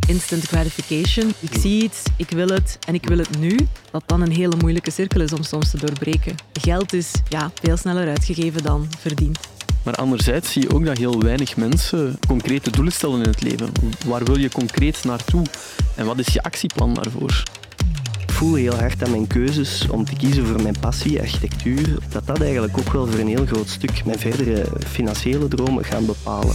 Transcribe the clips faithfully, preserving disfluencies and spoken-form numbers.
instant gratification. Ik zie iets, ik wil het en ik wil het nu. Dat dan een hele moeilijke cirkel is om soms te doorbreken. Geld is ja, veel sneller uitgegeven dan verdiend. Maar anderzijds zie je ook dat heel weinig mensen concrete doelen stellen in het leven. Waar wil je concreet naartoe? En wat is je actieplan daarvoor? Ik voel heel hard aan mijn keuzes om te kiezen voor mijn passie, architectuur, dat dat eigenlijk ook wel voor een heel groot stuk mijn verdere financiële dromen gaan bepalen.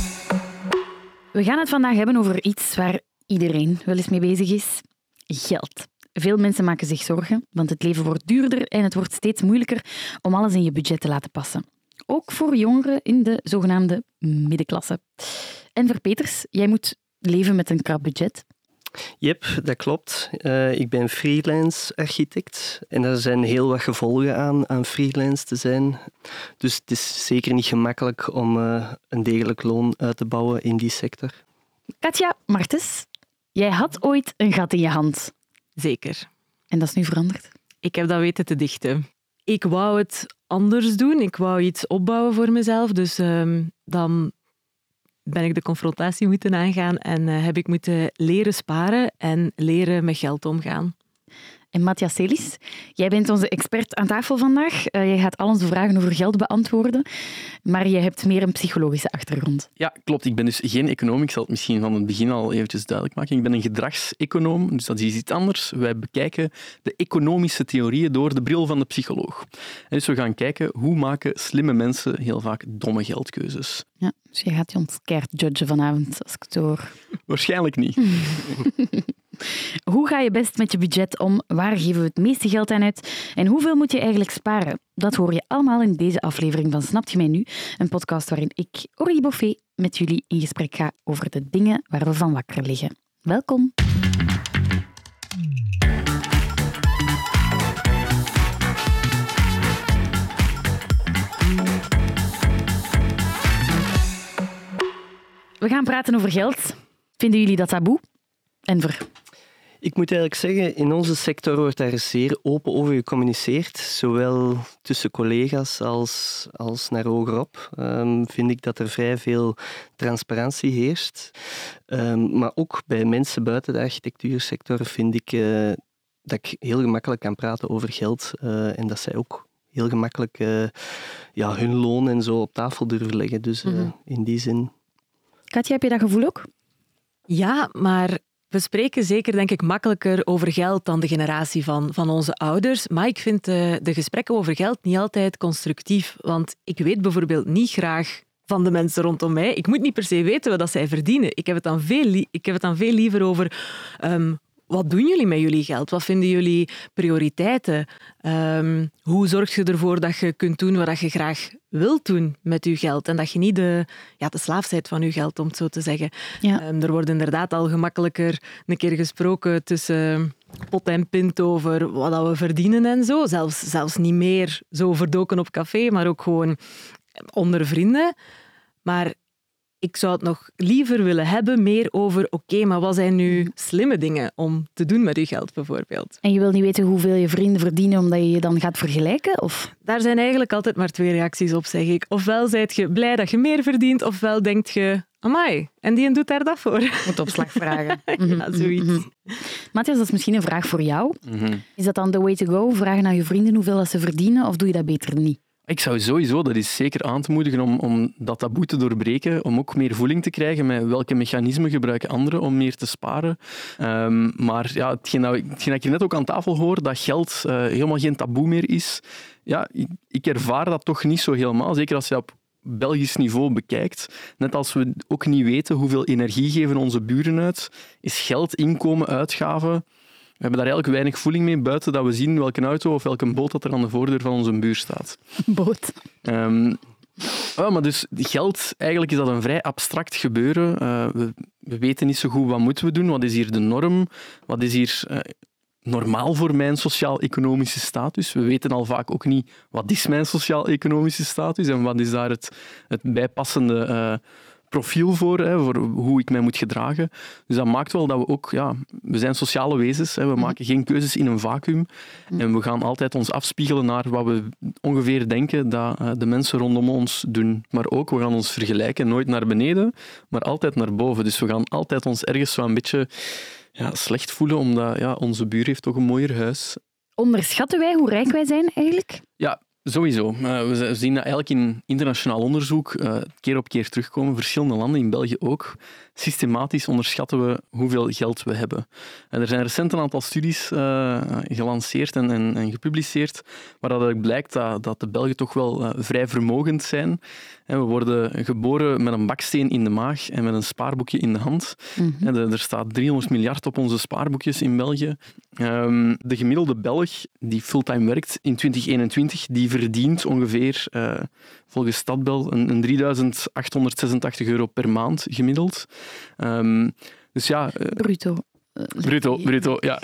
We gaan het vandaag hebben over iets waar iedereen wel eens mee bezig is. Geld. Veel mensen maken zich zorgen, want het leven wordt duurder en het wordt steeds moeilijker om alles in je budget te laten passen. Ook voor jongeren in de zogenaamde middenklasse. Enver Peters, jij moet leven met een krap budget. Yep, dat klopt. Uh, ik ben freelance architect en er zijn heel wat gevolgen aan, aan freelance te zijn. Dus het is zeker niet gemakkelijk om uh, een degelijk loon uit te bouwen in die sector. Katja Martens, jij had ooit een gat in je hand. Zeker. En dat is nu veranderd? Ik heb dat weten te dichten. Ik wou het anders doen. Ik wou iets opbouwen voor mezelf. Dus um, dan ben ik de confrontatie moeten aangaan en uh, heb ik moeten leren sparen en leren met geld omgaan. En Matthias Celis, jij bent onze expert aan tafel vandaag. Uh, jij gaat al onze vragen over geld beantwoorden, maar je hebt meer een psychologische achtergrond. Ja, klopt. Ik ben dus geen econoom. Ik zal het misschien van het begin al eventjes duidelijk maken. Ik ben een gedragseconoom, dus dat is iets anders. Wij bekijken de economische theorieën door de bril van de psycholoog. En dus we gaan kijken hoe maken slimme mensen heel vaak domme geldkeuzes. Ja, dus je gaat je ons keihard judgen vanavond, als ik het hoor. Waarschijnlijk niet. Hoe ga je best met je budget om? Waar geven we het meeste geld aan uit? En hoeveel moet je eigenlijk sparen? Dat hoor je allemaal in deze aflevering van Snapt je mij nu? Een podcast waarin ik, Aurélie Boffé, met jullie in gesprek ga over de dingen waar we van wakker liggen. Welkom. We gaan praten over geld. Vinden jullie dat taboe? Enver? Ik moet eigenlijk zeggen, in onze sector wordt daar zeer open over gecommuniceerd. Zowel tussen collega's als, als naar hogerop. Um, vind ik dat er vrij veel transparantie heerst. Um, maar ook bij mensen buiten de architectuursector vind ik uh, dat ik heel gemakkelijk kan praten over geld. Uh, en dat zij ook heel gemakkelijk uh, ja, hun loon en zo op tafel durven leggen. Dus uh, mm-hmm. in die zin... Katja, heb je dat gevoel ook? Ja, maar we spreken zeker, denk ik, makkelijker over geld dan de generatie van, van onze ouders. Maar ik vind de, de gesprekken over geld niet altijd constructief. Want ik weet bijvoorbeeld niet graag van de mensen rondom mij. Ik moet niet per se weten wat zij verdienen. Ik heb het dan veel, li- ik heb het dan veel liever over... Um, Wat doen jullie met jullie geld? Wat vinden jullie prioriteiten? Um, hoe zorg je ervoor dat je kunt doen wat je graag wilt doen met je geld? En dat je niet de, ja, de slaaf bent van je geld, om het zo te zeggen. Ja. Um, er wordt inderdaad al gemakkelijker een keer gesproken tussen pot en pint over wat we verdienen en zo. Zelfs, zelfs niet meer zo verdoken op café, maar ook gewoon onder vrienden. Maar... ik zou het nog liever willen hebben, meer over, oké, okay, maar wat zijn nu slimme dingen om te doen met je geld, bijvoorbeeld? En je wil niet weten hoeveel je vrienden verdienen, omdat je je dan gaat vergelijken? Of? Daar zijn eigenlijk altijd maar twee reacties op, zeg ik. Ofwel zijt je blij dat je meer verdient, ofwel denkt je, amai, en die doet daar dat voor. Moet opslag vragen. Ja, zoiets. Mm-hmm. Matthias, dat is misschien een vraag voor jou. Mm-hmm. Is dat dan the way to go? Vragen aan je vrienden hoeveel dat ze verdienen, of doe je dat beter niet? Ik zou sowieso, dat is zeker aan te moedigen om, om dat taboe te doorbreken, om ook meer voeling te krijgen met welke mechanismen gebruiken anderen om meer te sparen. Um, maar ja, hetgeen, dat, hetgeen dat ik hier net ook aan tafel hoor, dat geld uh, helemaal geen taboe meer is, ja, ik, ik ervaar dat toch niet zo helemaal. Zeker als je op Belgisch niveau bekijkt. Net als we ook niet weten hoeveel energie geven onze buren uit, is geld, inkomen, uitgaven... We hebben daar eigenlijk weinig voeling mee, buiten dat we zien welke auto of welke boot dat er aan de voordeur van onze buur staat. Boot. Um, oh, maar dus geld, eigenlijk is dat een vrij abstract gebeuren. Uh, we, we weten niet zo goed wat moeten we doen, wat is hier de norm, wat is hier uh, normaal voor mijn sociaal-economische status. We weten al vaak ook niet wat is mijn sociaal-economische status en wat is daar het, het bijpassende... Uh, profiel voor, hè, voor hoe ik mij moet gedragen. Dus dat maakt wel dat we ook... Ja, we zijn sociale wezens. Hè, we maken geen keuzes in een vacuüm. En we gaan altijd ons afspiegelen naar wat we ongeveer denken dat uh, de mensen rondom ons doen. Maar ook, we gaan ons vergelijken. Nooit naar beneden, maar altijd naar boven. Dus we gaan altijd ons ergens zo een beetje ja, slecht voelen, omdat ja, onze buur heeft toch een mooier huis. Onderschatten wij hoe rijk wij zijn eigenlijk? Ja, sowieso. Uh, we zien dat eigenlijk in internationaal onderzoek uh, keer op keer terugkomen. Verschillende landen, in België ook. Systematisch onderschatten we hoeveel geld we hebben. En er zijn recent een aantal studies uh, gelanceerd en, en, en gepubliceerd waaruit blijkt dat, dat de Belgen toch wel uh, vrij vermogend zijn. En we worden geboren met een baksteen in de maag en met een spaarboekje in de hand. Mm-hmm. En er staat driehonderd miljard op onze spaarboekjes in België. Um, de gemiddelde Belg die fulltime werkt in twintig eenentwintig, die verdient ongeveer, uh, volgens Stadbel, een, een drieduizend achthonderdzesentachtig euro per maand gemiddeld. Um, dus ja... Uh, bruto. Bruto, bruto, ja.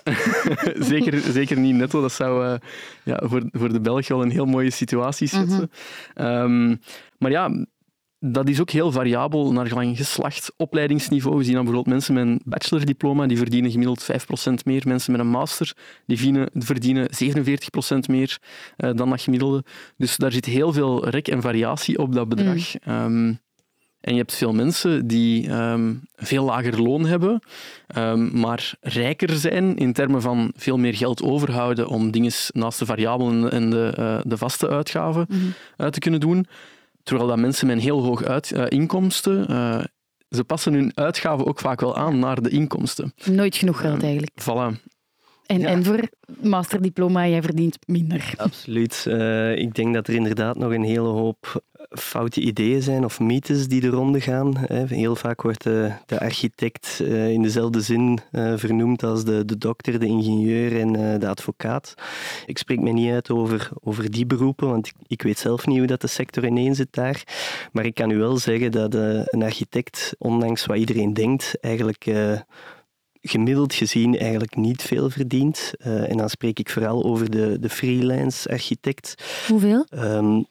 zeker, zeker niet netto. Dat zou uh, ja, voor, voor de Belg wel een heel mooie situatie schetsen. Mm-hmm. Um, maar ja, dat is ook heel variabel naar gelang geslacht, opleidingsniveau. We zien dan bijvoorbeeld mensen met een bachelordiploma, die verdienen gemiddeld vijf procent meer. Mensen met een master, die verdienen zevenenveertig procent meer uh, dan dat gemiddelde. Dus daar zit heel veel rek en variatie op dat bedrag. Mm. Um, En je hebt veel mensen die um, veel lager loon hebben, um, maar rijker zijn in termen van veel meer geld overhouden om dingen naast de variabelen en de, uh, de vaste uitgaven mm-hmm. uit te kunnen doen. Terwijl dat mensen met een heel hoog uit, uh, inkomsten, uh, ze passen hun uitgaven ook vaak wel aan naar de inkomsten. Nooit genoeg geld eigenlijk. Uh, voilà. En, ja. en voor masterdiploma, jij verdient minder. Absoluut. Uh, ik denk dat er inderdaad nog een hele hoop foute ideeën zijn of mythes die de ronde gaan. Heel vaak wordt de, de architect uh, in dezelfde zin uh, vernoemd als de, de dokter, de ingenieur en uh, de advocaat. Ik spreek me niet uit over, over die beroepen, want ik, ik weet zelf niet hoe dat de sector ineen zit daar. Maar ik kan u wel zeggen dat uh, een architect, ondanks wat iedereen denkt, eigenlijk... Uh, gemiddeld gezien eigenlijk niet veel verdient. Uh, en dan spreek ik vooral over de, de freelance architect. Hoeveel? Um,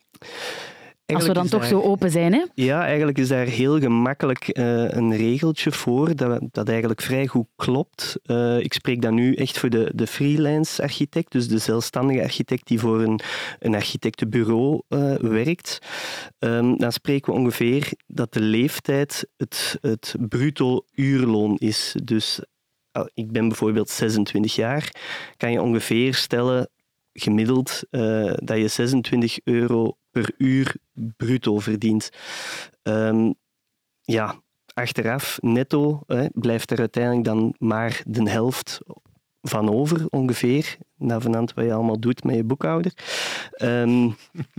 Als we dan toch daar, zo open zijn, hè? Ja, eigenlijk is daar heel gemakkelijk uh, een regeltje voor dat, dat eigenlijk vrij goed klopt. Uh, ik spreek dan nu echt voor de, de freelance architect, dus de zelfstandige architect die voor een, een architectenbureau uh, werkt. Um, dan spreken we ongeveer dat de leeftijd het, het bruto uurloon is. Dus ik ben bijvoorbeeld zesentwintig jaar, kan je ongeveer stellen, gemiddeld, uh, dat je zesentwintig euro per uur bruto verdient. Um, ja, achteraf, netto, hè, blijft er uiteindelijk dan maar de helft van over, ongeveer. Navenant wat je allemaal doet met je boekhouder. Um,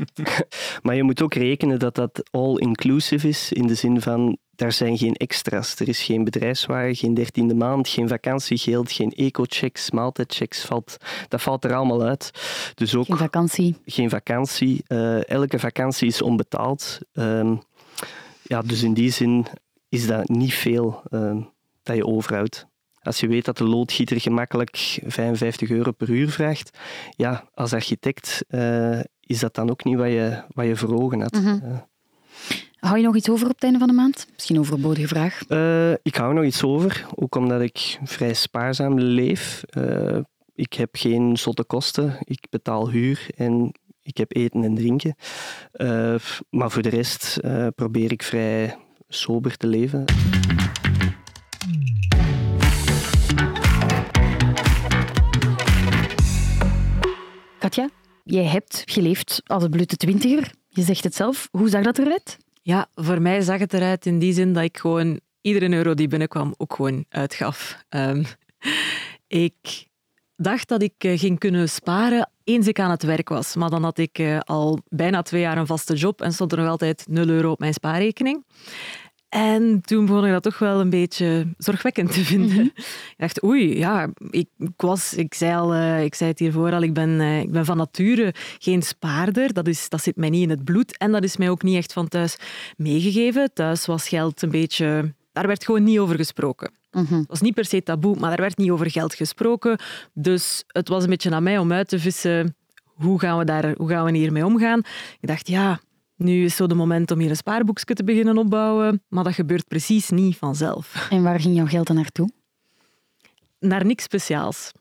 maar je moet ook rekenen dat dat all-inclusive is, in de zin van, daar zijn geen extra's. Er is geen bedrijfswagen, geen dertiende maand, geen vakantiegeld, geen eco-checks, maaltijdchecks. Valt, dat valt er allemaal uit. Dus ook geen vakantie. Geen vakantie. Uh, elke vakantie is onbetaald. Um, ja, dus in die zin is dat niet veel uh, dat je overhoudt. Als je weet dat de loodgieter gemakkelijk vijfenvijftig euro per uur vraagt, ja, als architect uh, is dat dan ook niet wat je, wat je voor ogen had. Mm-hmm. Uh, Hou je nog iets over op het einde van de maand? Misschien een overbodige vraag. Uh, ik hou nog iets over, ook omdat ik vrij spaarzaam leef. Uh, ik heb geen zotte kosten, ik betaal huur en ik heb eten en drinken. Uh, maar voor de rest uh, probeer ik vrij sober te leven. Katja, jij hebt geleefd als een blute twintiger. Je zegt het zelf. Hoe zag dat eruit? Ja, voor mij zag het eruit in die zin dat ik gewoon iedere euro die binnenkwam ook gewoon uitgaf. Um, ik dacht dat ik ging kunnen sparen eens ik aan het werk was. Maar dan had ik uh, al bijna twee jaar een vaste job en stond er nog altijd nul euro op mijn spaarrekening. En toen begon ik dat toch wel een beetje zorgwekkend te vinden. Mm-hmm. Ik dacht, oei, ja, ik, ik, was, ik, zei al, uh, ik zei het hiervoor al, ik ben, uh, ik ben van nature geen spaarder. Dat, is, dat zit mij niet in het bloed en dat is mij ook niet echt van thuis meegegeven. Thuis was geld een beetje... Daar werd gewoon niet over gesproken. Mm-hmm. Het was niet per se taboe, maar er werd niet over geld gesproken. Dus het was een beetje aan mij om uit te vissen, hoe gaan we, daar, hoe gaan we hiermee omgaan? Ik dacht, ja... nu is zo de moment om hier een spaarboekje te beginnen opbouwen, maar dat gebeurt precies niet vanzelf. En waar ging jouw geld dan naartoe? Naar niks speciaals.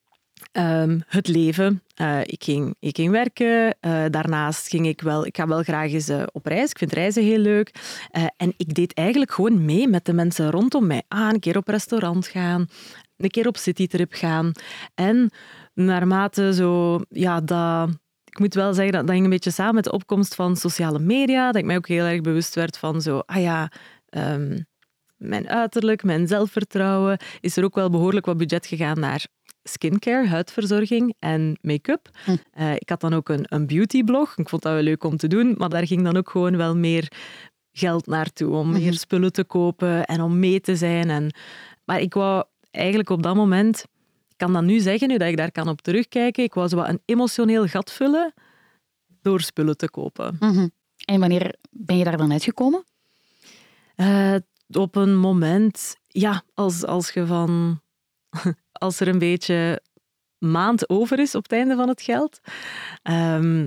Um, het leven. Uh, ik, ging, ik ging werken. Uh, daarnaast ging ik wel... Ik ga wel graag eens uh, op reis. Ik vind reizen heel leuk. Uh, en ik deed eigenlijk gewoon mee met de mensen rondom mij. Ah, een keer op restaurant gaan. Een keer op citytrip gaan. En naarmate zo... Ja, dat... Ik moet wel zeggen, dat, dat ging een beetje samen met de opkomst van sociale media. Dat ik mij ook heel erg bewust werd van zo... Ah ja... Um, mijn uiterlijk, mijn zelfvertrouwen, is er ook wel behoorlijk wat budget gegaan naar skincare, huidverzorging en make-up. Hm. Uh, ik had dan ook een, een beautyblog. Ik vond dat wel leuk om te doen, maar daar ging dan ook gewoon wel meer geld naartoe om meer spullen te kopen en om mee te zijn. En... Maar ik wou eigenlijk op dat moment, ik kan dat nu zeggen, nu dat ik daar kan op terugkijken, ik wou zo wat een emotioneel gat vullen door spullen te kopen. Mm-hmm. En wanneer ben je daar dan uitgekomen? Uh, Op een moment, ja, als, als je van... Als er een beetje maand over is op het einde van het geld, um,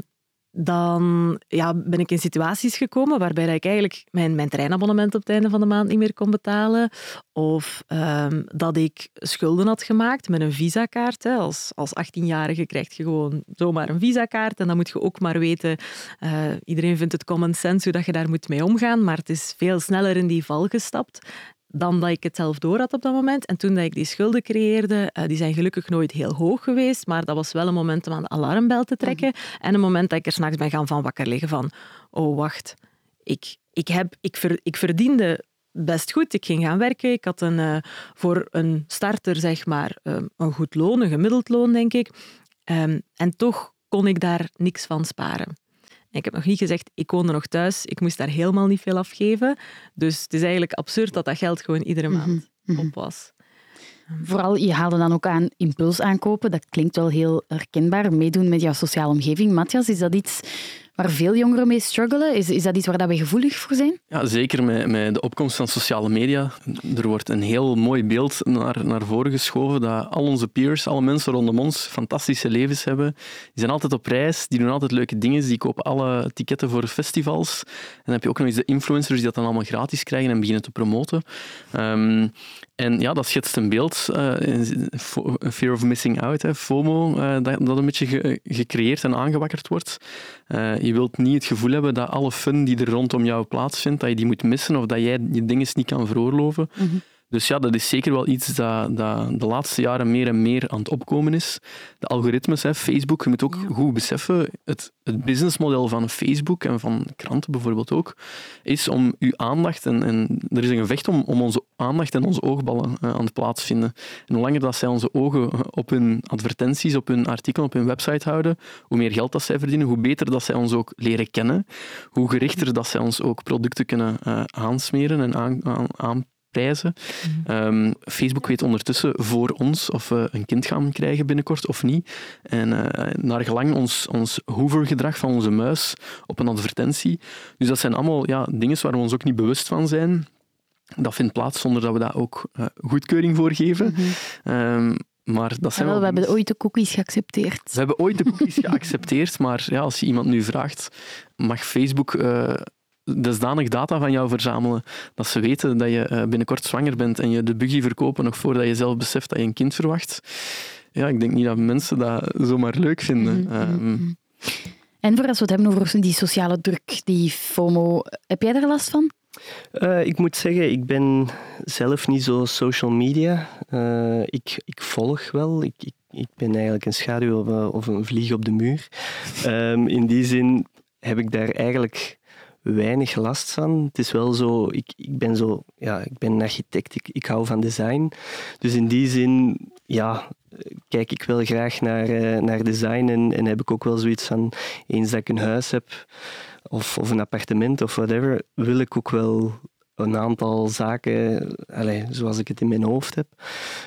dan ja, ben ik in situaties gekomen waarbij ik eigenlijk mijn, mijn treinabonnement op het einde van de maand niet meer kon betalen. Of um, dat ik schulden had gemaakt met een visakaart. Hè. Als, als achttienjarige krijg je gewoon zomaar een visakaart. En dan moet je ook maar weten... Uh, iedereen vindt het common sense hoe dat je daar moet mee omgaan. Maar het is veel sneller in die val gestapt dan dat ik het zelf door had op dat moment. En toen dat ik die schulden creëerde, uh, die zijn gelukkig nooit heel hoog geweest, maar dat was wel een moment om aan de alarmbel te trekken. Mm-hmm. En een moment dat ik er 's nachts ben gaan van wakker liggen van, oh wacht, ik, ik, heb, ik, ver, ik verdiende best goed. Ik ging gaan werken. Ik had een, uh, voor een starter zeg maar um, een goed loon, een gemiddeld loon denk ik. Um, en toch kon ik daar niks van sparen. Ik heb nog niet gezegd, ik woonde nog thuis. Ik moest daar helemaal niet veel afgeven. Dus het is eigenlijk absurd dat dat geld gewoon iedere maand mm-hmm. op was. Vooral, je haalde dan ook aan impuls aankopen. Dat klinkt wel heel herkenbaar. Meedoen met jouw sociale omgeving. Matthias, is dat iets waar veel jongeren mee struggelen? Is, is dat iets waar dat we gevoelig voor zijn? Ja, zeker met, met de opkomst van sociale media. Er wordt een heel mooi beeld naar, naar voren geschoven dat al onze peers, alle mensen rondom ons, fantastische levens hebben. Die zijn altijd op reis, die doen altijd leuke dingen, die kopen alle ticketten voor festivals. En dan heb je ook nog eens de influencers die dat dan allemaal gratis krijgen en beginnen te promoten. Um, en ja, dat schetst een beeld, uh, fear of missing out, hè, FOMO, uh, dat, dat een beetje ge, gecreëerd en aangewakkerd wordt. Uh, je wilt niet het gevoel hebben dat alle fun die er rondom jou plaatsvindt, dat je die moet missen of dat jij je dingen niet kan veroorloven. Mm-hmm. Dus ja, dat is zeker wel iets dat, dat de laatste jaren meer en meer aan het opkomen is. De algoritmes, hè, Facebook, je moet ook ja. goed beseffen, het, het businessmodel van Facebook en van kranten bijvoorbeeld ook, is om uw aandacht, en, en er is een gevecht om, om onze aandacht en onze oogballen uh, aan het plaatsvinden. En hoe langer dat zij onze ogen op hun advertenties, op hun artikelen, op hun website houden, hoe meer geld dat zij verdienen, hoe beter dat zij ons ook leren kennen, hoe gerichter dat zij ons ook producten kunnen uh, aansmeren en aan, aan, aan prijzen. Mm-hmm. Um, Facebook weet ondertussen voor ons of we een kind gaan krijgen binnenkort of niet. En uh, naar gelang ons, ons hovergedrag van onze muis op een advertentie. Dus dat zijn allemaal ja, dingen waar we ons ook niet bewust van zijn. Dat vindt plaats zonder dat we daar ook uh, goedkeuring voor geven. Mm-hmm. Um, Maar dat zijn ja, wel, wel we hebben ooit de cookies geaccepteerd. We hebben ooit de cookies geaccepteerd, maar ja, als je iemand nu vraagt, mag Facebook uh, dusdanig data van jou verzamelen dat ze weten dat je uh, binnenkort zwanger bent en je de buggy verkopen nog voordat je zelf beseft dat je een kind verwacht. Ja, ik denk niet dat mensen dat zomaar leuk vinden. Mm-hmm. Um, en voor als we het hebben over die sociale druk, die FOMO, heb jij daar last van? Uh, ik moet zeggen, ik ben zelf niet zo social media. Uh, ik, ik volg wel. Ik, ik, ik ben eigenlijk een schaduw of, of een vlieg op de muur. Um, in die zin heb ik daar eigenlijk weinig last van. Het is wel zo, ik, ik ben zo, ja, ik ben een architect, ik, ik hou van design. Dus in die zin, ja, kijk ik wel graag naar, uh, naar design en, en heb ik ook wel zoiets van, eens dat ik een huis heb of, of een appartement of whatever, wil ik ook wel een aantal zaken, allez, zoals ik het in mijn hoofd heb.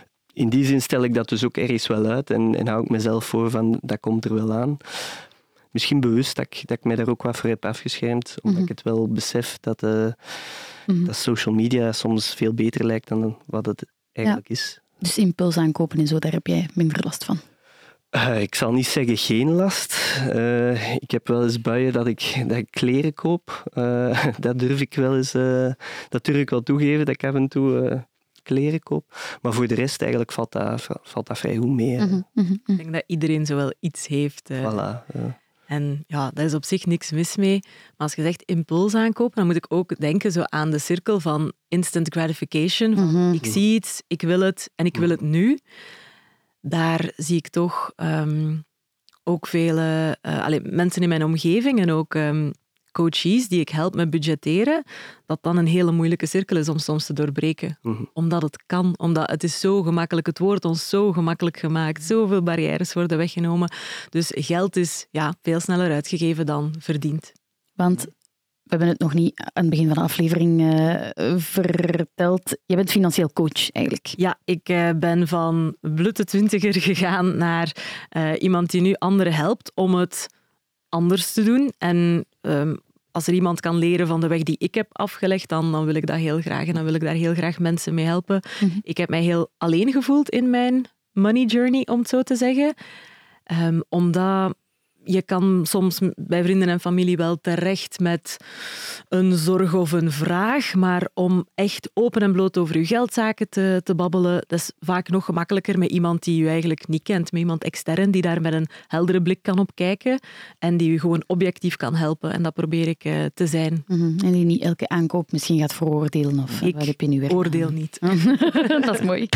In die zin stel ik dat dus ook ergens wel uit en, en hou ik mezelf voor van, dat komt er wel aan. Misschien bewust dat ik, dat ik mij daar ook wat voor heb afgeschermd, omdat mm-hmm. ik het wel besef dat, uh, mm-hmm. dat social media soms veel beter lijkt dan wat het eigenlijk ja. is. Dus impuls aankopen en zo, daar heb jij minder last van? Uh, ik zal niet zeggen geen last. Uh, ik heb wel eens buien dat ik, dat ik kleren koop. Uh, dat durf ik wel eens uh, dat durf ik wel toegeven, dat ik af en toe uh, kleren koop. Maar voor de rest eigenlijk valt dat, valt dat vrij goed mee. Mm-hmm, mm-hmm. Ik denk dat iedereen zo wel iets heeft. Uh. Voilà, uh. En ja, daar is op zich niks mis mee. Maar als je zegt impuls aankopen, dan moet ik ook denken zo aan de cirkel van instant gratification. Van, mm-hmm. Ik zie iets, ik wil het en ik wil het nu. Daar zie ik toch um, ook vele uh, allee, mensen in mijn omgeving en ook um, coaches die ik help met budgetteren, dat dan een hele moeilijke cirkel is om soms te doorbreken. Mm-hmm. Omdat het kan, omdat het is zo gemakkelijk, het wordt ons zo gemakkelijk gemaakt, zoveel barrières worden weggenomen. Dus geld is ja, veel sneller uitgegeven dan verdiend. Want we hebben het nog niet aan het begin van de aflevering uh, verteld. Je bent financieel coach eigenlijk. Ja, ik uh, ben van blutte twintiger gegaan naar uh, iemand die nu anderen helpt om het anders te doen. En um, als er iemand kan leren van de weg die ik heb afgelegd, dan, dan wil ik dat heel graag. En dan wil ik daar heel graag mensen mee helpen. Mm-hmm. Ik heb mij heel alleen gevoeld in mijn money journey, om het zo te zeggen. Um, omdat... Je kan soms bij vrienden en familie wel terecht met een zorg of een vraag, maar om echt open en bloot over je geldzaken te, te babbelen, dat is vaak nog gemakkelijker met iemand die je eigenlijk niet kent, met iemand extern die daar met een heldere blik kan op kijken en die je gewoon objectief kan helpen. En dat probeer ik uh, te zijn. Mm-hmm. En die niet elke aankoop misschien gaat veroordelen? Of ik wat heb je nu werk oordeel aan? Niet. Dat is mooi.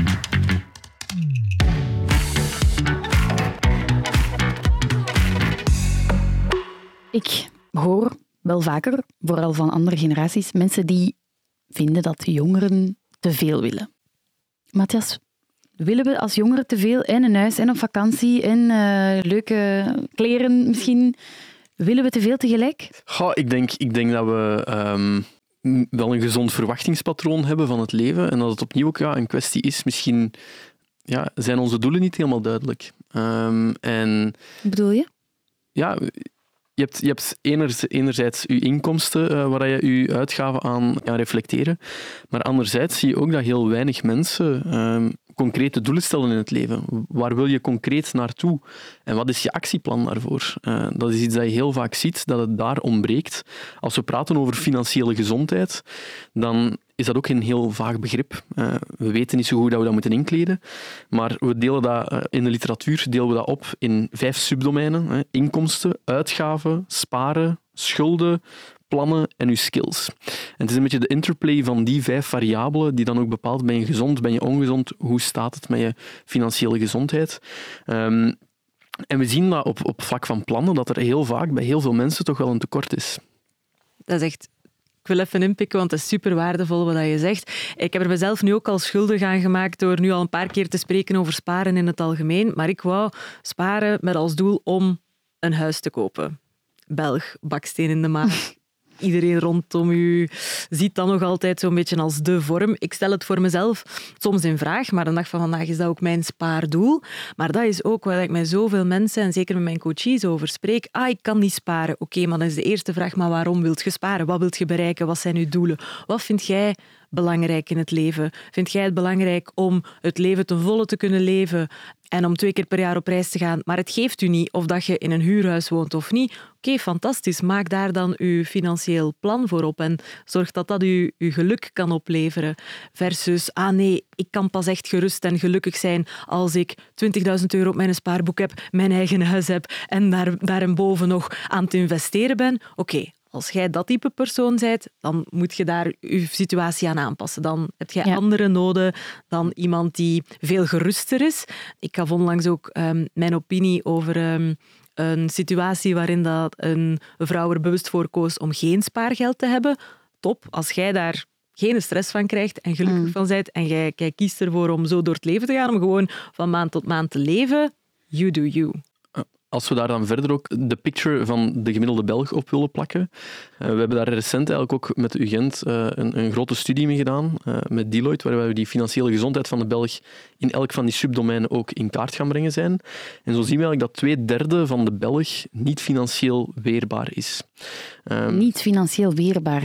Ik hoor wel vaker, vooral van andere generaties, mensen die vinden dat jongeren te veel willen. Matthias, willen we als jongeren te veel en een huis en op vakantie en uh, leuke kleren misschien? Willen we te veel tegelijk? Goh, ik, denk, ik denk dat we um, wel een gezond verwachtingspatroon hebben van het leven en dat het opnieuw ook ja, een kwestie is. Misschien ja, zijn onze doelen niet helemaal duidelijk. Um, en, Wat bedoel je? Ja... Je hebt, je hebt enerzijds, enerzijds je inkomsten uh, waar je je uitgaven aan kan reflecteren, maar anderzijds zie je ook dat heel weinig mensen um, concrete doelen stellen in het leven. Waar wil je concreet naartoe? En wat is je actieplan daarvoor? Uh, dat is iets dat je heel vaak ziet, dat het daar ontbreekt. Als we praten over financiële gezondheid, dan is dat ook een heel vaag begrip. Uh, we weten niet zo goed dat we dat moeten inkleden, maar we delen dat, uh, in de literatuur delen we dat op in vijf subdomeinen. Hè. Inkomsten, uitgaven, sparen, schulden, plannen en uw skills. En het is een beetje de interplay van die vijf variabelen die dan ook bepaalt, ben je gezond, ben je ongezond, hoe staat het met je financiële gezondheid. Um, en we zien dat op, op vlak van plannen, dat er heel vaak bij heel veel mensen toch wel een tekort is. Dat is echt... Ik wil even inpikken, want het is super waardevol wat je zegt. Ik heb er mezelf nu ook al schuldig aan gemaakt door nu al een paar keer te spreken over sparen in het algemeen. Maar ik wou sparen met als doel om een huis te kopen. Belg, baksteen in de maag. Iedereen rondom u ziet dat nog altijd zo'n beetje als de vorm. Ik stel het voor mezelf soms in vraag, maar de dag van vandaag is dat ook mijn spaardoel. Maar dat is ook waar ik met zoveel mensen, en zeker met mijn coaches, over spreek. Ah, ik kan niet sparen. Oké, okay, maar dan is de eerste vraag, maar waarom wilt je sparen? Wat wilt je bereiken? Wat zijn je doelen? Wat vind jij belangrijk in het leven? Vind jij het belangrijk om het leven ten volle te kunnen leven en om twee keer per jaar op reis te gaan, maar het geeft u niet of dat je in een huurhuis woont of niet? Oké, okay, fantastisch. Maak daar dan uw financieel plan voor op en zorg dat dat u uw geluk kan opleveren. Versus, ah nee, ik kan pas echt gerust en gelukkig zijn als ik twintigduizend euro op mijn spaarboek heb, mijn eigen huis heb en daar, daarboven nog aan te investeren ben. Oké, okay, als jij dat type persoon bent, dan moet je daar je situatie aan aanpassen. Dan heb je ja. andere noden dan iemand die veel geruster is. Ik gaf onlangs ook um, mijn opinie over um, een situatie waarin dat een vrouw er bewust voor koos om geen spaargeld te hebben. Top, als jij daar geen stress van krijgt en gelukkig mm. van bent en jij, jij kiest ervoor om zo door het leven te gaan, om gewoon van maand tot maand te leven, you do you. Als we daar dan verder ook de picture van de gemiddelde Belg op willen plakken. Uh, we hebben daar recent eigenlijk ook met U Gent uh, een, een grote studie mee gedaan, uh, met Deloitte, waarbij we die financiële gezondheid van de Belg in elk van die subdomeinen ook in kaart gaan brengen zijn. En zo zien we eigenlijk dat twee derde van de Belg niet financieel weerbaar is. Um, niet financieel weerbaar? Ja.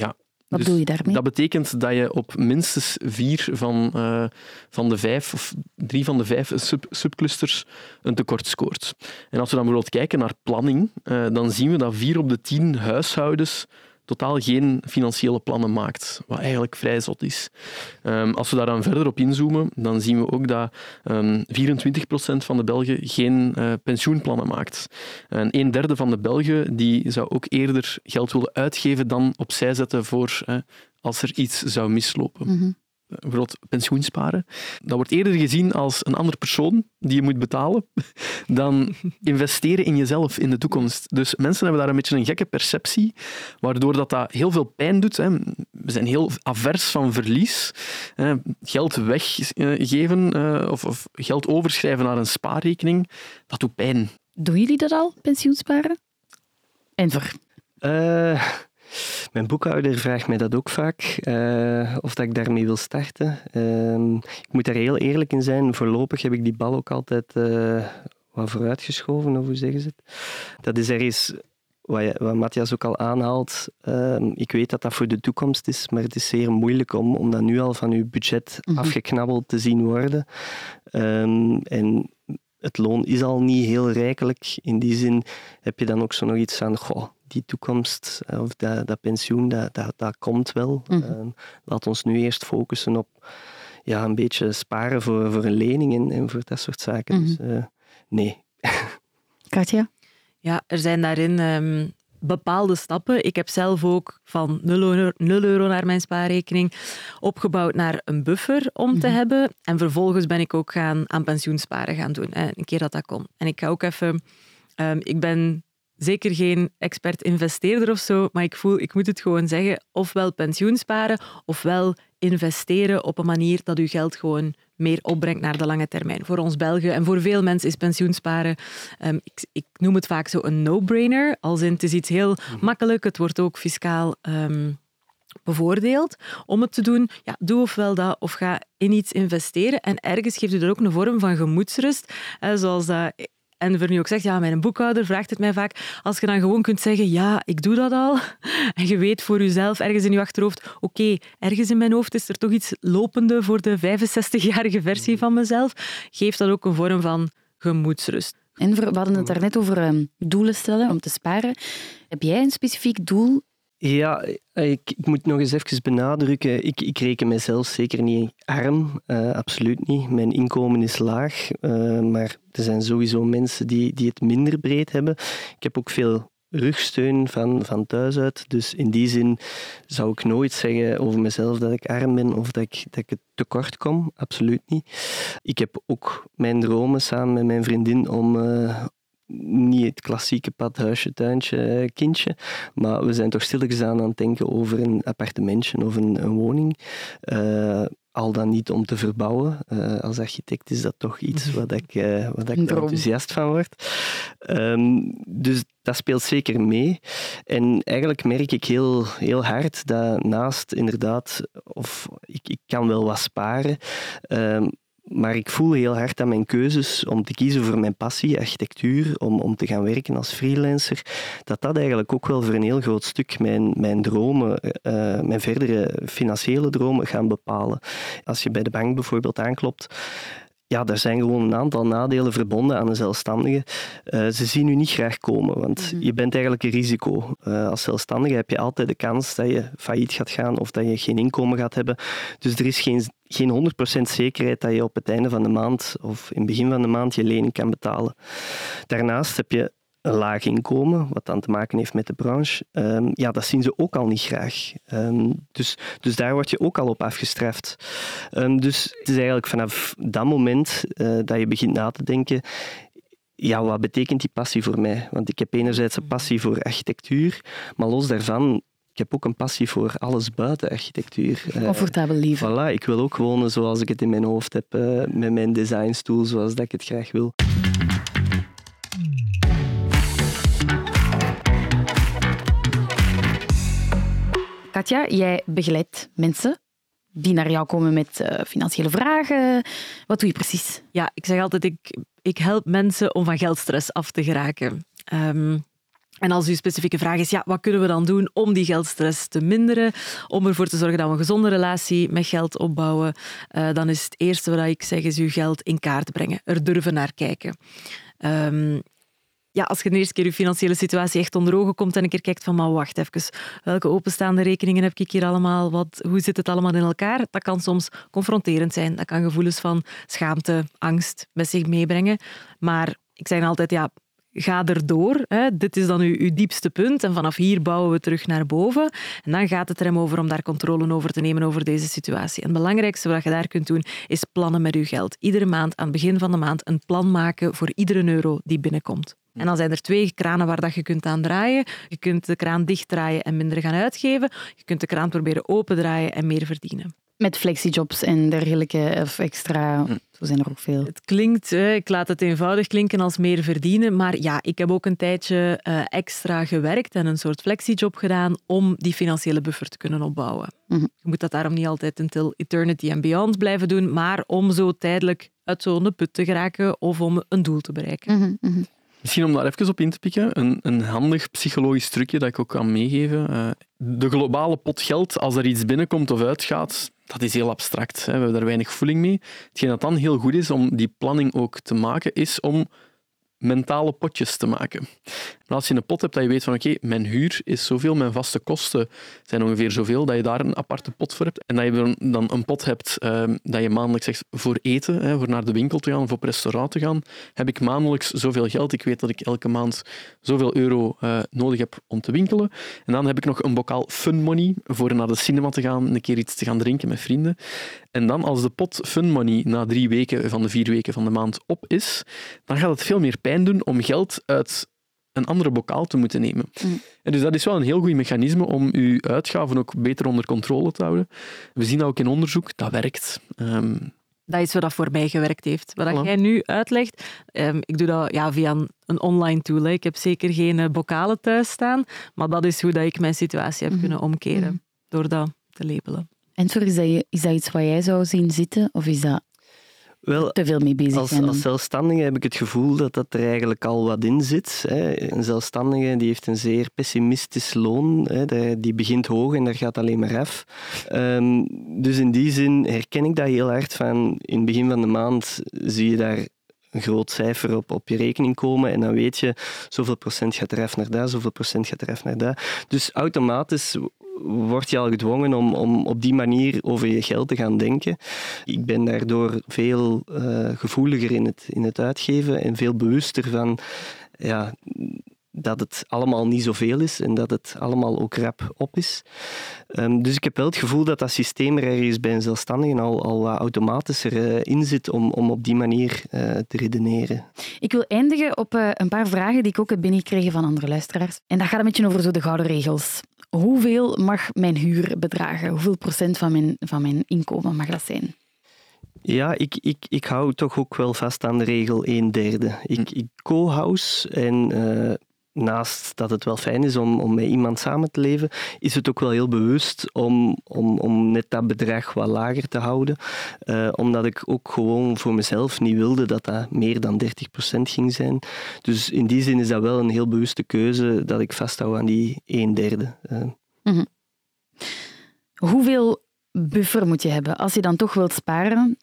Wat dus bedoel je daarmee? Dat betekent dat je op minstens vier van, uh, van de vijf, of drie van de vijf sub, subclusters een tekort scoort. En als we dan bijvoorbeeld kijken naar planning, uh, dan zien we dat vier op de tien huishoudens totaal geen financiële plannen maakt, wat eigenlijk vrij zot is. Um, als we daar dan verder op inzoomen, dan zien we ook dat um, vierentwintig procent van de Belgen geen uh, pensioenplannen maakt. En een derde van de Belgen die zou ook eerder geld willen uitgeven dan opzij zetten voor uh, als er iets zou mislopen. Mm-hmm. Bijvoorbeeld pensioensparen. Dat wordt eerder gezien als een andere persoon die je moet betalen dan investeren in jezelf in de toekomst. Dus mensen hebben daar een beetje een gekke perceptie, waardoor dat, dat heel veel pijn doet. Hè. We zijn heel avers van verlies. Hè. Geld weggeven uh, of, of geld overschrijven naar een spaarrekening, dat doet pijn. Doen jullie dat al, pensioensparen? Enver? Uh... Mijn boekhouder vraagt mij dat ook vaak, uh, of dat ik daarmee wil starten. Uh, ik moet daar heel eerlijk in zijn. Voorlopig heb ik die bal ook altijd uh, wat vooruitgeschoven, of hoe zeggen ze het? Dat is ergens wat, je, wat Matthias ook al aanhaalt. Uh, ik weet dat dat voor de toekomst is, maar het is zeer moeilijk om, om dat nu al van uw budget mm-hmm. afgeknabbeld te zien worden. Um, en het loon is al niet heel rijkelijk. In die zin heb je dan ook zo nog iets van... Goh, die toekomst of dat, dat pensioen, dat, dat, dat komt wel. Mm-hmm. Uh, laat ons nu eerst focussen op ja, een beetje sparen voor, voor een lening en, en voor dat soort zaken. Mm-hmm. Dus uh, nee. Katja? Ja, er zijn daarin um, bepaalde stappen. Ik heb zelf ook van nul euro naar mijn spaarrekening opgebouwd naar een buffer om mm-hmm. te hebben. En vervolgens ben ik ook gaan aan pensioensparen gaan doen. Hè, een keer dat dat kon. En ik ga ook even... Um, ik ben... Zeker geen expert-investeerder of zo, maar ik voel, ik moet het gewoon zeggen, ofwel pensioensparen, ofwel investeren op een manier dat uw geld gewoon meer opbrengt naar de lange termijn. Voor ons Belgen en voor veel mensen is pensioensparen, um, ik, ik noem het vaak zo een no-brainer, als in het is iets heel makkelijk, het wordt ook fiscaal um, bevoordeeld om het te doen. Ja, doe ofwel dat, of ga in iets investeren en ergens geeft u er ook een vorm van gemoedsrust, uh, zoals dat... En voor nu ook zegt, ja, mijn boekhouder vraagt het mij vaak. Als je dan gewoon kunt zeggen, ja, ik doe dat al. En je weet voor jezelf, ergens in je achterhoofd, oké, okay, ergens in mijn hoofd is er toch iets lopende voor de vijfenzestigjarige versie van mezelf. Geeft dat ook een vorm van gemoedsrust. En we hadden het daarnet over um, doelen stellen om te sparen. Heb jij een specifiek doel? Ja, ik, ik moet nog eens even benadrukken. Ik, ik reken mezelf zeker niet arm. Uh, absoluut niet. Mijn inkomen is laag. Uh, maar er zijn sowieso mensen die, die het minder breed hebben. Ik heb ook veel rugsteun van, van thuis uit. Dus in die zin zou ik nooit zeggen over mezelf dat ik arm ben of dat ik, dat ik het tekort kom. Absoluut niet. Ik heb ook mijn dromen samen met mijn vriendin om... Uh, niet het klassieke pad, huisje, tuintje, kindje. Maar we zijn toch stilletjes aan aan het denken over een appartementje of een, een woning. Uh, al dan niet om te verbouwen. Uh, als architect is dat toch iets wat ik, uh, wat ik enthousiast van word. Um, dus dat speelt zeker mee. En eigenlijk merk ik heel, heel hard dat naast inderdaad... Of ik, ik kan wel wat sparen... Um, Maar ik voel heel hard dat mijn keuzes om te kiezen voor mijn passie, architectuur, om, om te gaan werken als freelancer, dat dat eigenlijk ook wel voor een heel groot stuk mijn, mijn dromen, uh, mijn verdere financiële dromen gaan bepalen. Als je bij de bank bijvoorbeeld aanklopt, ja, er zijn gewoon een aantal nadelen verbonden aan een zelfstandige. Uh, ze zien u niet graag komen, want mm-hmm. je bent eigenlijk een risico. Uh, als zelfstandige heb je altijd de kans dat je failliet gaat gaan of dat je geen inkomen gaat hebben. Dus er is geen, geen honderd procent zekerheid dat je op het einde van de maand of in het begin van de maand je lening kan betalen. Daarnaast heb je een laag inkomen, wat dan te maken heeft met de branche. Um, ja, dat zien ze ook al niet graag. Um, dus, dus daar word je ook al op afgestraft. Um, dus het is eigenlijk vanaf dat moment uh, dat je begint na te denken, ja, wat betekent die passie voor mij? Want ik heb enerzijds een passie voor architectuur, maar los daarvan, ik heb ook een passie voor alles buiten architectuur. Comfortabel leven. Uh, voilà, ik wil ook wonen zoals ik het in mijn hoofd heb, uh, met mijn designstoel, zoals dat ik het graag wil. Katja, jij begeleidt mensen die naar jou komen met uh, financiële vragen. Wat doe je precies? Ja, ik zeg altijd, ik, ik help mensen om van geldstress af te geraken. Um, En als uw specifieke vraag is, ja, wat kunnen we dan doen om die geldstress te minderen, om ervoor te zorgen dat we een gezonde relatie met geld opbouwen, uh, dan is het eerste wat ik zeg, is uw geld in kaart brengen. Er durven naar kijken. Um, ja, als je de eerste keer je financiële situatie echt onder ogen komt en een keer kijkt van, maar wacht even, welke openstaande rekeningen heb ik hier allemaal? Wat, hoe zit het allemaal in elkaar? Dat kan soms confronterend zijn. Dat kan gevoelens van schaamte, angst met zich meebrengen. Maar ik zeg altijd, ja, ga erdoor. Hè. Dit is dan uw, uw diepste punt. En vanaf hier bouwen we terug naar boven. En dan gaat het er hem over om daar controle over te nemen over deze situatie. En het belangrijkste wat je daar kunt doen, is plannen met uw geld. Iedere maand, aan het begin van de maand, een plan maken voor iedere euro die binnenkomt. En dan zijn er twee kranen waar dat je kunt aan draaien. Je kunt de kraan dichtdraaien en minder gaan uitgeven. Je kunt de kraan proberen opendraaien en meer verdienen. Met flexijobs en dergelijke of extra, zo zijn er ook veel. Het klinkt, ik laat het eenvoudig klinken als meer verdienen, maar ja, ik heb ook een tijdje extra gewerkt en een soort flexijob gedaan om die financiële buffer te kunnen opbouwen. Mm-hmm. Je moet dat daarom niet altijd until eternity and beyond blijven doen, maar om zo tijdelijk uit zo'n put te geraken of om een doel te bereiken. Mm-hmm, mm-hmm. Misschien om daar even op in te pikken, een, een handig psychologisch trucje dat ik ook kan meegeven. Uh, de globale pot geld, als er iets binnenkomt of uitgaat, dat is heel abstract. Hè. We hebben daar weinig voeling mee. Hetgeen dat dan heel goed is om die planning ook te maken, is om mentale potjes te maken. En als je een pot hebt dat je weet van oké, okay, mijn huur is zoveel, mijn vaste kosten zijn ongeveer zoveel, dat je daar een aparte pot voor hebt. En dat je dan een pot hebt uh, dat je maandelijks zegt voor eten, hè, voor naar de winkel te gaan of op restaurant te gaan, heb ik maandelijks zoveel geld. Ik weet dat ik elke maand zoveel euro uh, nodig heb om te winkelen. En dan heb ik nog een bokaal fun money voor naar de cinema te gaan, een keer iets te gaan drinken met vrienden. En dan als de pot fun money na drie weken van de vier weken van de maand op is, dan gaat het veel meer pijn doen om geld uit een andere bokaal te moeten nemen. Mm. En dus dat is wel een heel goed mechanisme om uw uitgaven ook beter onder controle te houden. We zien dat ook in onderzoek, dat werkt. Um, Dat is wat dat voor mij gewerkt heeft. Wat voilà. Jij nu uitlegt, um, ik doe dat ja, via een, een online tool. Hè. Ik heb zeker geen uh, bokalen thuis staan, maar dat is hoe dat ik mijn situatie heb mm-hmm. kunnen omkeren, mm-hmm. door dat te labelen. En voor, is, dat, is dat iets wat jij zou zien zitten, of is dat Wel, te veel mee bezig als, zijn? Als zelfstandige heb ik het gevoel dat dat er eigenlijk al wat in zit. Hè. Een zelfstandige die heeft een zeer pessimistisch loon. Hè. Die begint hoog en daar gaat alleen maar af. Um, dus in die zin herken ik dat heel hard van in het begin van de maand zie je daar een groot cijfer op, op je rekening komen en dan weet je zoveel procent gaat eraf naar daar, zoveel procent gaat eraf naar daar. Dus automatisch word je al gedwongen om, om op die manier over je geld te gaan denken. Ik ben daardoor veel uh, gevoeliger in het, in het uitgeven en veel bewuster van ja, dat het allemaal niet zoveel is en dat het allemaal ook rap op is. Um, dus ik heb wel het gevoel dat dat systeem er ergens bij een zelfstandige al, al wat automatischer uh, in zit om, om op die manier uh, te redeneren. Ik wil eindigen op uh, een paar vragen die ik ook heb binnengekregen van andere luisteraars. En dat gaat een beetje over zo de gouden regels. Hoeveel mag mijn huur bedragen? Hoeveel procent van mijn, van mijn inkomen mag dat zijn? Ja, ik, ik, ik hou toch ook wel vast aan de regel een derde. Ik, ik co-house en uh, naast dat het wel fijn is om, om met iemand samen te leven, is het ook wel heel bewust om, om, om net dat bedrag wat lager te houden. Uh, omdat ik ook gewoon voor mezelf niet wilde dat dat meer dan dertig procent ging zijn. Dus in die zin is dat wel een heel bewuste keuze dat ik vasthoud aan die een derde. Uh. Mm-hmm. Hoeveel buffer moet je hebben als je dan toch wilt sparen?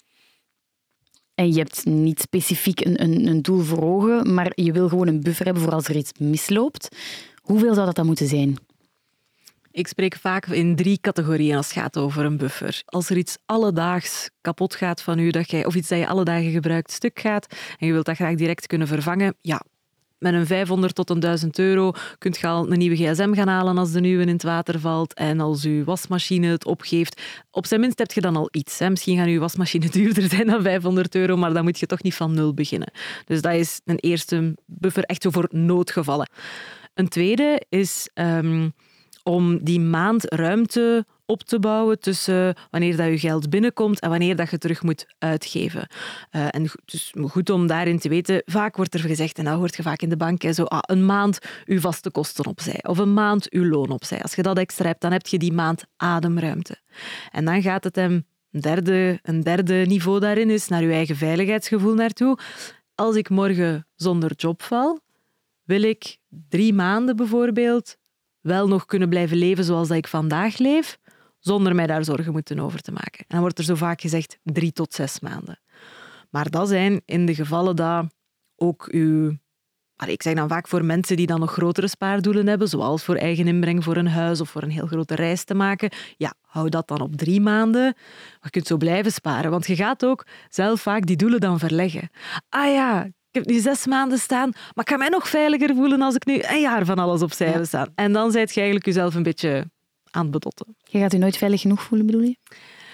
En je hebt niet specifiek een, een, een doel voor ogen, maar je wil gewoon een buffer hebben voor als er iets misloopt. Hoeveel zou dat dan moeten zijn? Ik spreek vaak in drie categorieën als het gaat over een buffer. Als er iets alledaags kapot gaat van u, dat jij, of iets dat je alle dagen gebruikt stuk gaat, en je wilt dat graag direct kunnen vervangen, ja, met een vijfhonderd tot een duizend euro kunt je al een nieuwe gsm gaan halen als de nieuwe in het water valt en als uw wasmachine het opgeeft. Op zijn minst heb je dan al iets. Hè. Misschien gaat uw wasmachine duurder zijn dan vijfhonderd euro, maar dan moet je toch niet van nul beginnen. Dus dat is een eerste buffer echt zo voor noodgevallen. Een tweede is um, om die maand ruimte op te bouwen tussen wanneer dat je geld binnenkomt en wanneer dat je terug moet uitgeven. Uh, en dus goed om daarin te weten, vaak wordt er gezegd, en dat hoort je vaak in de bank, hè, zo, ah, een maand uw vaste kosten opzij of een maand uw loon opzij. Als je dat extra hebt, dan heb je die maand ademruimte. En dan gaat het hem een derde, een derde niveau daarin is naar je eigen veiligheidsgevoel naartoe. Als ik morgen zonder job val, wil ik drie maanden bijvoorbeeld wel nog kunnen blijven leven zoals dat ik vandaag leef, zonder mij daar zorgen moeten over te maken. En dan wordt er zo vaak gezegd drie tot zes maanden. Maar dat zijn in de gevallen dat ook uw... Ik zeg dan vaak voor mensen die dan nog grotere spaardoelen hebben, zoals voor eigen inbreng voor een huis of voor een heel grote reis te maken. Ja, hou dat dan op drie maanden. Maar je kunt zo blijven sparen, want je gaat ook zelf vaak die doelen dan verleggen. Ah ja, ik heb nu zes maanden staan, maar ik ga mij nog veiliger voelen als ik nu een jaar van alles opzij heb staan. En dan zijt je eigenlijk jezelf een beetje aan het bedotten. Je gaat je nooit veilig genoeg voelen, bedoel je?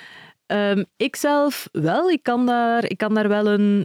Um, ik zelf wel. Ik kan daar, ik kan daar wel een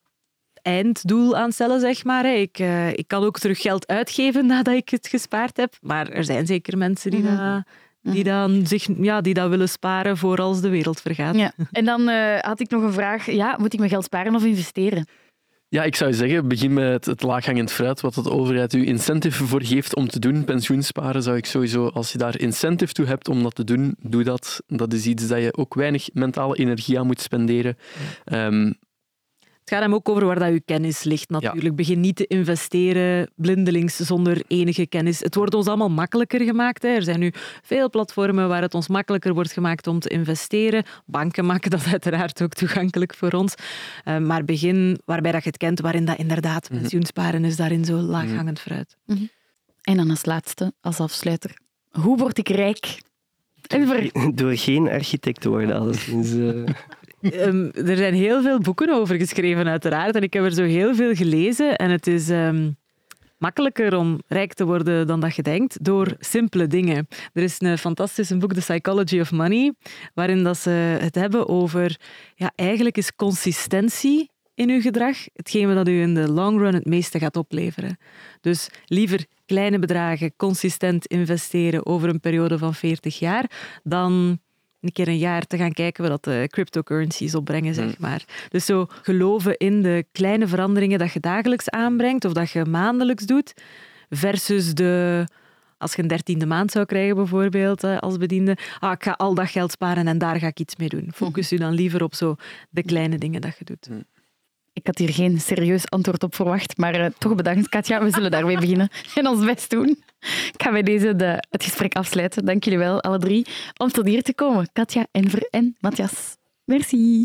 einddoel aan stellen, zeg maar. Ik, uh, ik kan ook terug geld uitgeven nadat ik het gespaard heb. Maar er zijn zeker mensen die, mm-hmm. dat, die, dan zich, ja, die dat willen sparen voor als de wereld vergaat. Ja. En dan uh, had ik nog een vraag. Ja, moet ik mijn geld sparen of investeren? Ja, ik zou zeggen, begin met het, het laaghangend fruit, wat de overheid u incentive voor geeft om te doen. Pensioensparen zou ik sowieso, als je daar incentive toe hebt om dat te doen, doe dat. Dat is iets dat je ook weinig mentale energie aan moet spenderen. Ja. Um, Het gaat hem ook over waar dat je kennis ligt, natuurlijk. Ja. Begin niet te investeren blindelings zonder enige kennis. Het wordt ons allemaal makkelijker gemaakt. Hè. Er zijn nu veel platformen waar het ons makkelijker wordt gemaakt om te investeren. Banken maken dat uiteraard ook toegankelijk voor ons. Uh, maar begin waarbij dat je het kent, waarin dat inderdaad mm-hmm. pensioensparen is daarin zo laaghangend fruit. Mm-hmm. En dan als laatste, als afsluiter. Hoe word ik rijk? Door, door geen architect te worden, alleszins. Uh... Um, er zijn heel veel boeken over geschreven, uiteraard. En ik heb er zo heel veel gelezen. En het is um, makkelijker om rijk te worden dan dat je denkt, door simpele dingen. Er is een fantastisch boek, The Psychology of Money, waarin dat ze het hebben over... Ja, eigenlijk is consistentie in uw gedrag hetgeen dat u in de long run het meeste gaat opleveren. Dus liever kleine bedragen consistent investeren over een periode van veertig jaar, dan... een keer een jaar te gaan kijken wat de cryptocurrencies opbrengen, zeg maar. Dus zo geloven in de kleine veranderingen dat je dagelijks aanbrengt of dat je maandelijks doet, versus de... Als je een dertiende maand zou krijgen, bijvoorbeeld, als bediende, ah, ik ga al dat geld sparen en daar ga ik iets mee doen. Focus je dan liever op zo de kleine dingen dat je doet. Ik had hier geen serieus antwoord op verwacht, maar uh, toch bedankt, Katja. We zullen daarmee beginnen en ons best doen. Ik ga bij deze de, het gesprek afsluiten. Dank jullie wel, alle drie, om tot hier te komen. Katja, Enver en Matthias. Merci.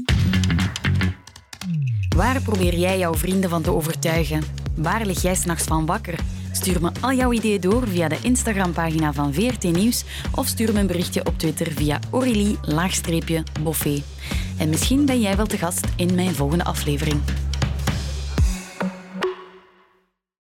Waar probeer jij jouw vrienden van te overtuigen? Waar lig jij 's nachts van wakker? Stuur me al jouw ideeën door via de Instagram-pagina van V R T Nieuws of stuur me een berichtje op Twitter via Aurélie-Boffé. En misschien ben jij wel te gast in mijn volgende aflevering.